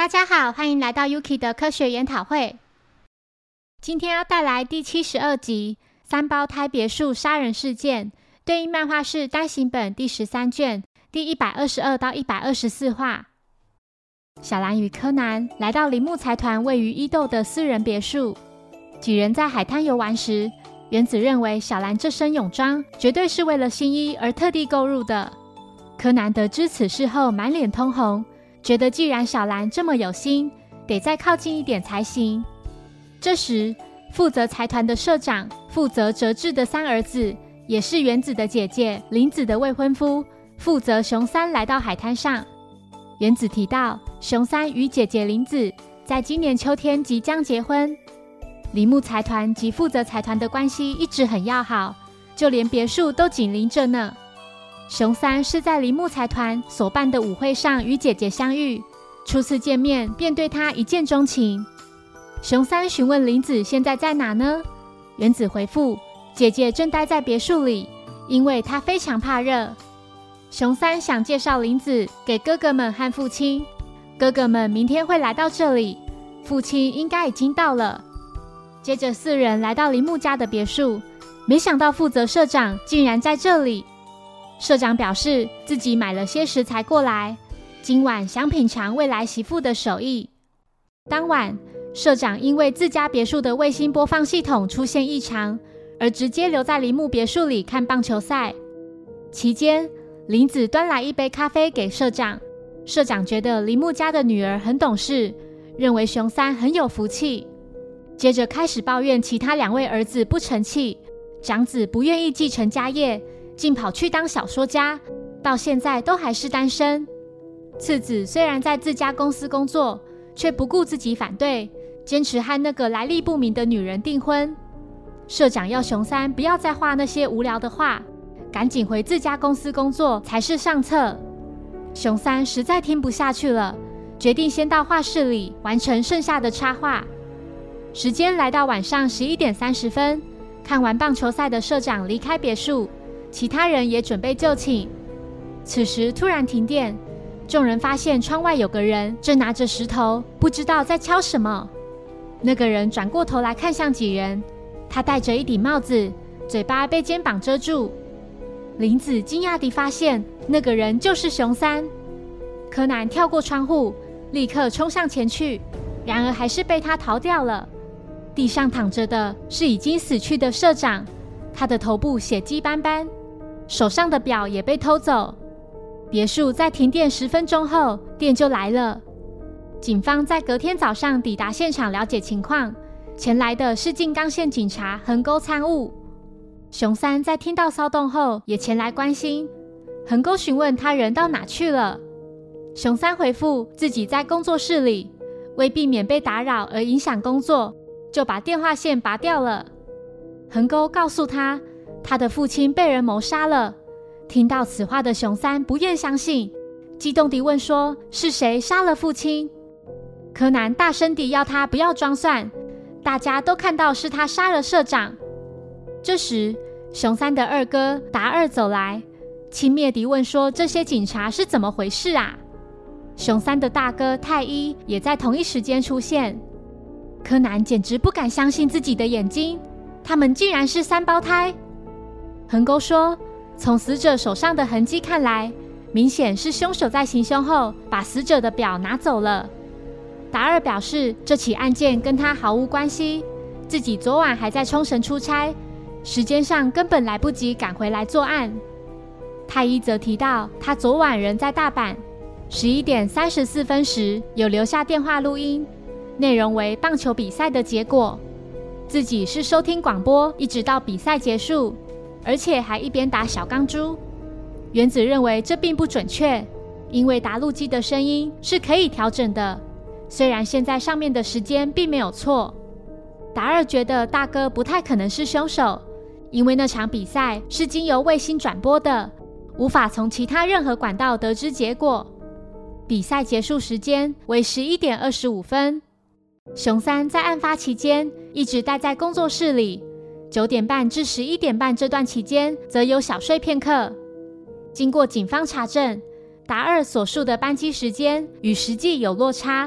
大家好，欢迎来到 Yuki 的科学研讨会。今天要带来第72集三胞胎别墅杀人事件，对应漫画是单行本第13卷第122到124话。小兰与柯南来到铃木财团位于伊豆的私人别墅，几人在海滩游玩时，原子认为小兰这身泳装绝对是为了新一而特地购入的。柯南得知此事后满脸通红，觉得既然小兰这么有心，得再靠近一点才行。这时负责财团的社长负责折志的三儿子，也是原子的姐姐林子的未婚夫负责熊三来到海滩上。原子提到熊三与姐姐林子在今年秋天即将结婚，铃木财团及负责财团的关系一直很要好，就连别墅都紧邻着呢。熊三是在铃木财团所办的舞会上与姐姐相遇，初次见面便对她一见钟情。熊三询问林子现在在哪呢？原子回复姐姐正待在别墅里，因为她非常怕热。熊三想介绍林子给哥哥们和父亲，哥哥们明天会来到这里，父亲应该已经到了。接着四人来到铃木家的别墅，没想到负责社长竟然在这里。社长表示自己买了些食材过来，今晚想品尝未来媳妇的手艺。当晚，社长因为自家别墅的卫星播放系统出现异常，而直接留在铃木别墅里看棒球赛。期间，林子端来一杯咖啡给社长，社长觉得铃木家的女儿很懂事，认为熊三很有福气。接着开始抱怨其他两位儿子不成器，长子不愿意继承家业，竟跑去当小说家，到现在都还是单身。次子虽然在自家公司工作，却不顾自己反对，坚持和那个来历不明的女人订婚。社长要熊三不要再画那些无聊的画，赶紧回自家公司工作才是上策。熊三实在听不下去了，决定先到画室里完成剩下的插画。时间来到晚上11点30分，看完棒球赛的社长离开别墅，其他人也准备就寝。此时突然停电，众人发现窗外有个人正拿着石头，不知道在敲什么。那个人转过头来看向几人，他戴着一顶帽子，嘴巴被肩膀遮住。林子惊讶地发现那个人就是熊三。柯南跳过窗户，立刻冲上前去，然而还是被他逃掉了。地上躺着的是已经死去的社长，他的头部血迹斑斑，手上的表也被偷走。别墅在停电10分钟后，电就来了。警方在隔天早上抵达现场了解情况，前来的是静冈县警察横沟参务。熊三在听到骚动后也前来关心，横沟询问他人到哪去了。熊三回复自己在工作室里，为避免被打扰而影响工作，就把电话线拔掉了。横沟告诉他，他的父亲被人谋杀了。听到此话的熊三不愿相信，激动地问说是谁杀了父亲。柯南大声地要他不要装蒜，大家都看到是他杀了社长。这时熊三的二哥达二走来，轻蔑地问说这些警察是怎么回事啊？熊三的大哥太一也在同一时间出现。柯南简直不敢相信自己的眼睛，他们竟然是三胞胎。横沟说，从死者手上的痕迹看来，明显是凶手在行凶后把死者的表拿走了。达二表示这起案件跟他毫无关系，自己昨晚还在冲绳出差，时间上根本来不及赶回来作案。太一则提到他昨晚人在大阪，11点34分时有留下电话录音，内容为棒球比赛的结果，自己是收听广播一直到比赛结束，而且还一边打小钢珠。原子认为这并不准确，因为答录机的声音是可以调整的，虽然现在上面的时间并没有错。达二觉得大哥不太可能是凶手，因为那场比赛是经由卫星转播的，无法从其他任何管道得知结果。比赛结束时间为11点25分。熊三在案发期间一直待在工作室里，9点半至11点半这段期间则有小睡片刻。经过警方查证，达二所述的班机时间与实际有落差，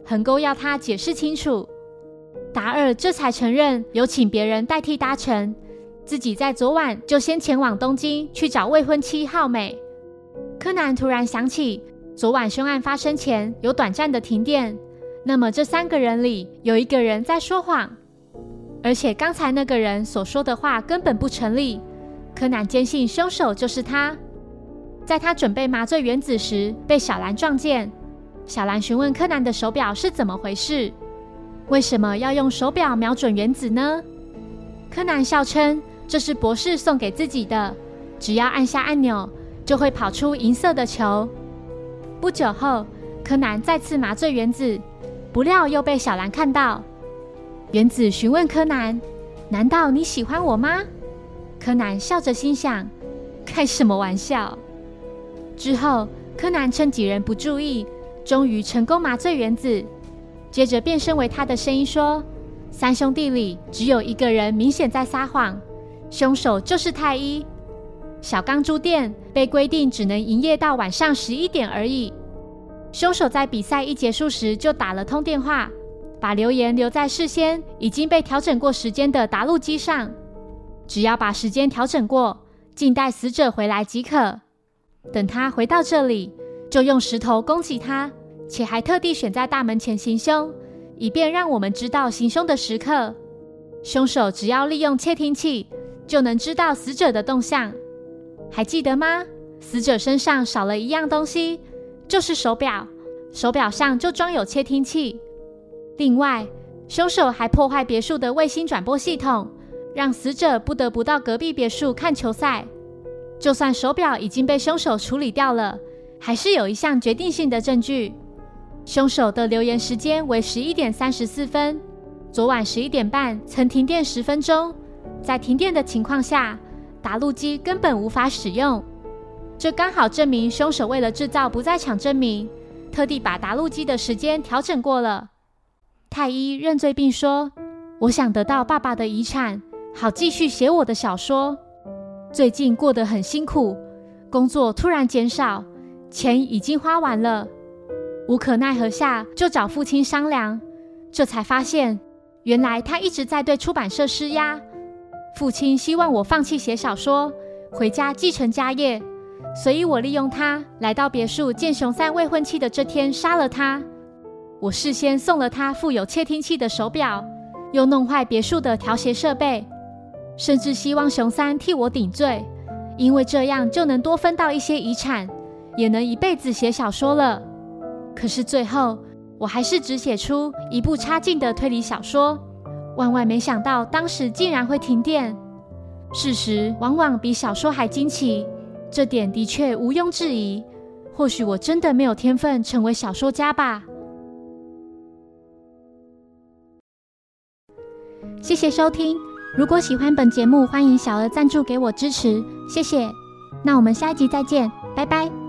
横勾要他解释清楚。达尔这才承认有请别人代替搭乘，自己在昨晚就先前往东京去找未婚妻浩美。柯南突然想起，昨晚凶案发生前有短暂的停电，那么这3个人里有1个人在说谎，而且刚才那个人所说的话根本不成立。柯南坚信凶手就是他。在他准备麻醉原子时，被小兰撞见。小兰询问柯南的手表是怎么回事，为什么要用手表瞄准原子呢？柯南笑称这是博士送给自己的，只要按下按钮就会跑出银色的球。不久后，柯南再次麻醉原子，不料又被小兰看到。原子询问柯南，难道你喜欢我吗？柯南笑着心想，开什么玩笑。之后，柯南趁几人不注意，终于成功麻醉原子。接着变身为他的声音说，3兄弟里只有1个人明显在撒谎，凶手就是太一。小钢珠店被规定只能营业到晚上11点而已。凶手在比赛一结束时就打了通电话，把留言留在事先已经被调整过时间的答录机上，只要把时间调整过，静待死者回来即可。等他回到这里，就用石头攻击他，且还特地选在大门前行凶，以便让我们知道行凶的时刻。凶手只要利用窃听器，就能知道死者的动向。还记得吗？死者身上少了一样东西，就是手表，手表上就装有窃听器。另外，凶手还破坏别墅的卫星转播系统，让死者不得不到隔壁别墅看球赛。就算手表已经被凶手处理掉了，还是有一项决定性的证据。凶手的留言时间为11点34分，昨晚11点半曾停电10分钟，在停电的情况下，答录机根本无法使用。这刚好证明凶手为了制造不在场证明，特地把答录机的时间调整过了。太一认罪并说，我想得到爸爸的遗产，好继续写我的小说。最近过得很辛苦，工作突然减少，钱已经花完了。无可奈何下就找父亲商量，这才发现原来他一直在对出版社施压。父亲希望我放弃写小说，回家继承家业，所以我利用他来到别墅见熊三未婚妻的这天杀了他。我事先送了他附有窃听器的手表，又弄坏别墅的调谐设备，甚至希望熊三替我顶罪，因为这样就能多分到一些遗产，也能一辈子写小说了。可是最后，我还是只写出一部差劲的推理小说，万万没想到当时竟然会停电。事实往往比小说还惊奇，这点的确毋庸置疑。或许我真的没有天分成为小说家吧。谢谢收听，如果喜欢本节目，欢迎小额赞助给我支持，谢谢。那我们下一集再见，拜拜。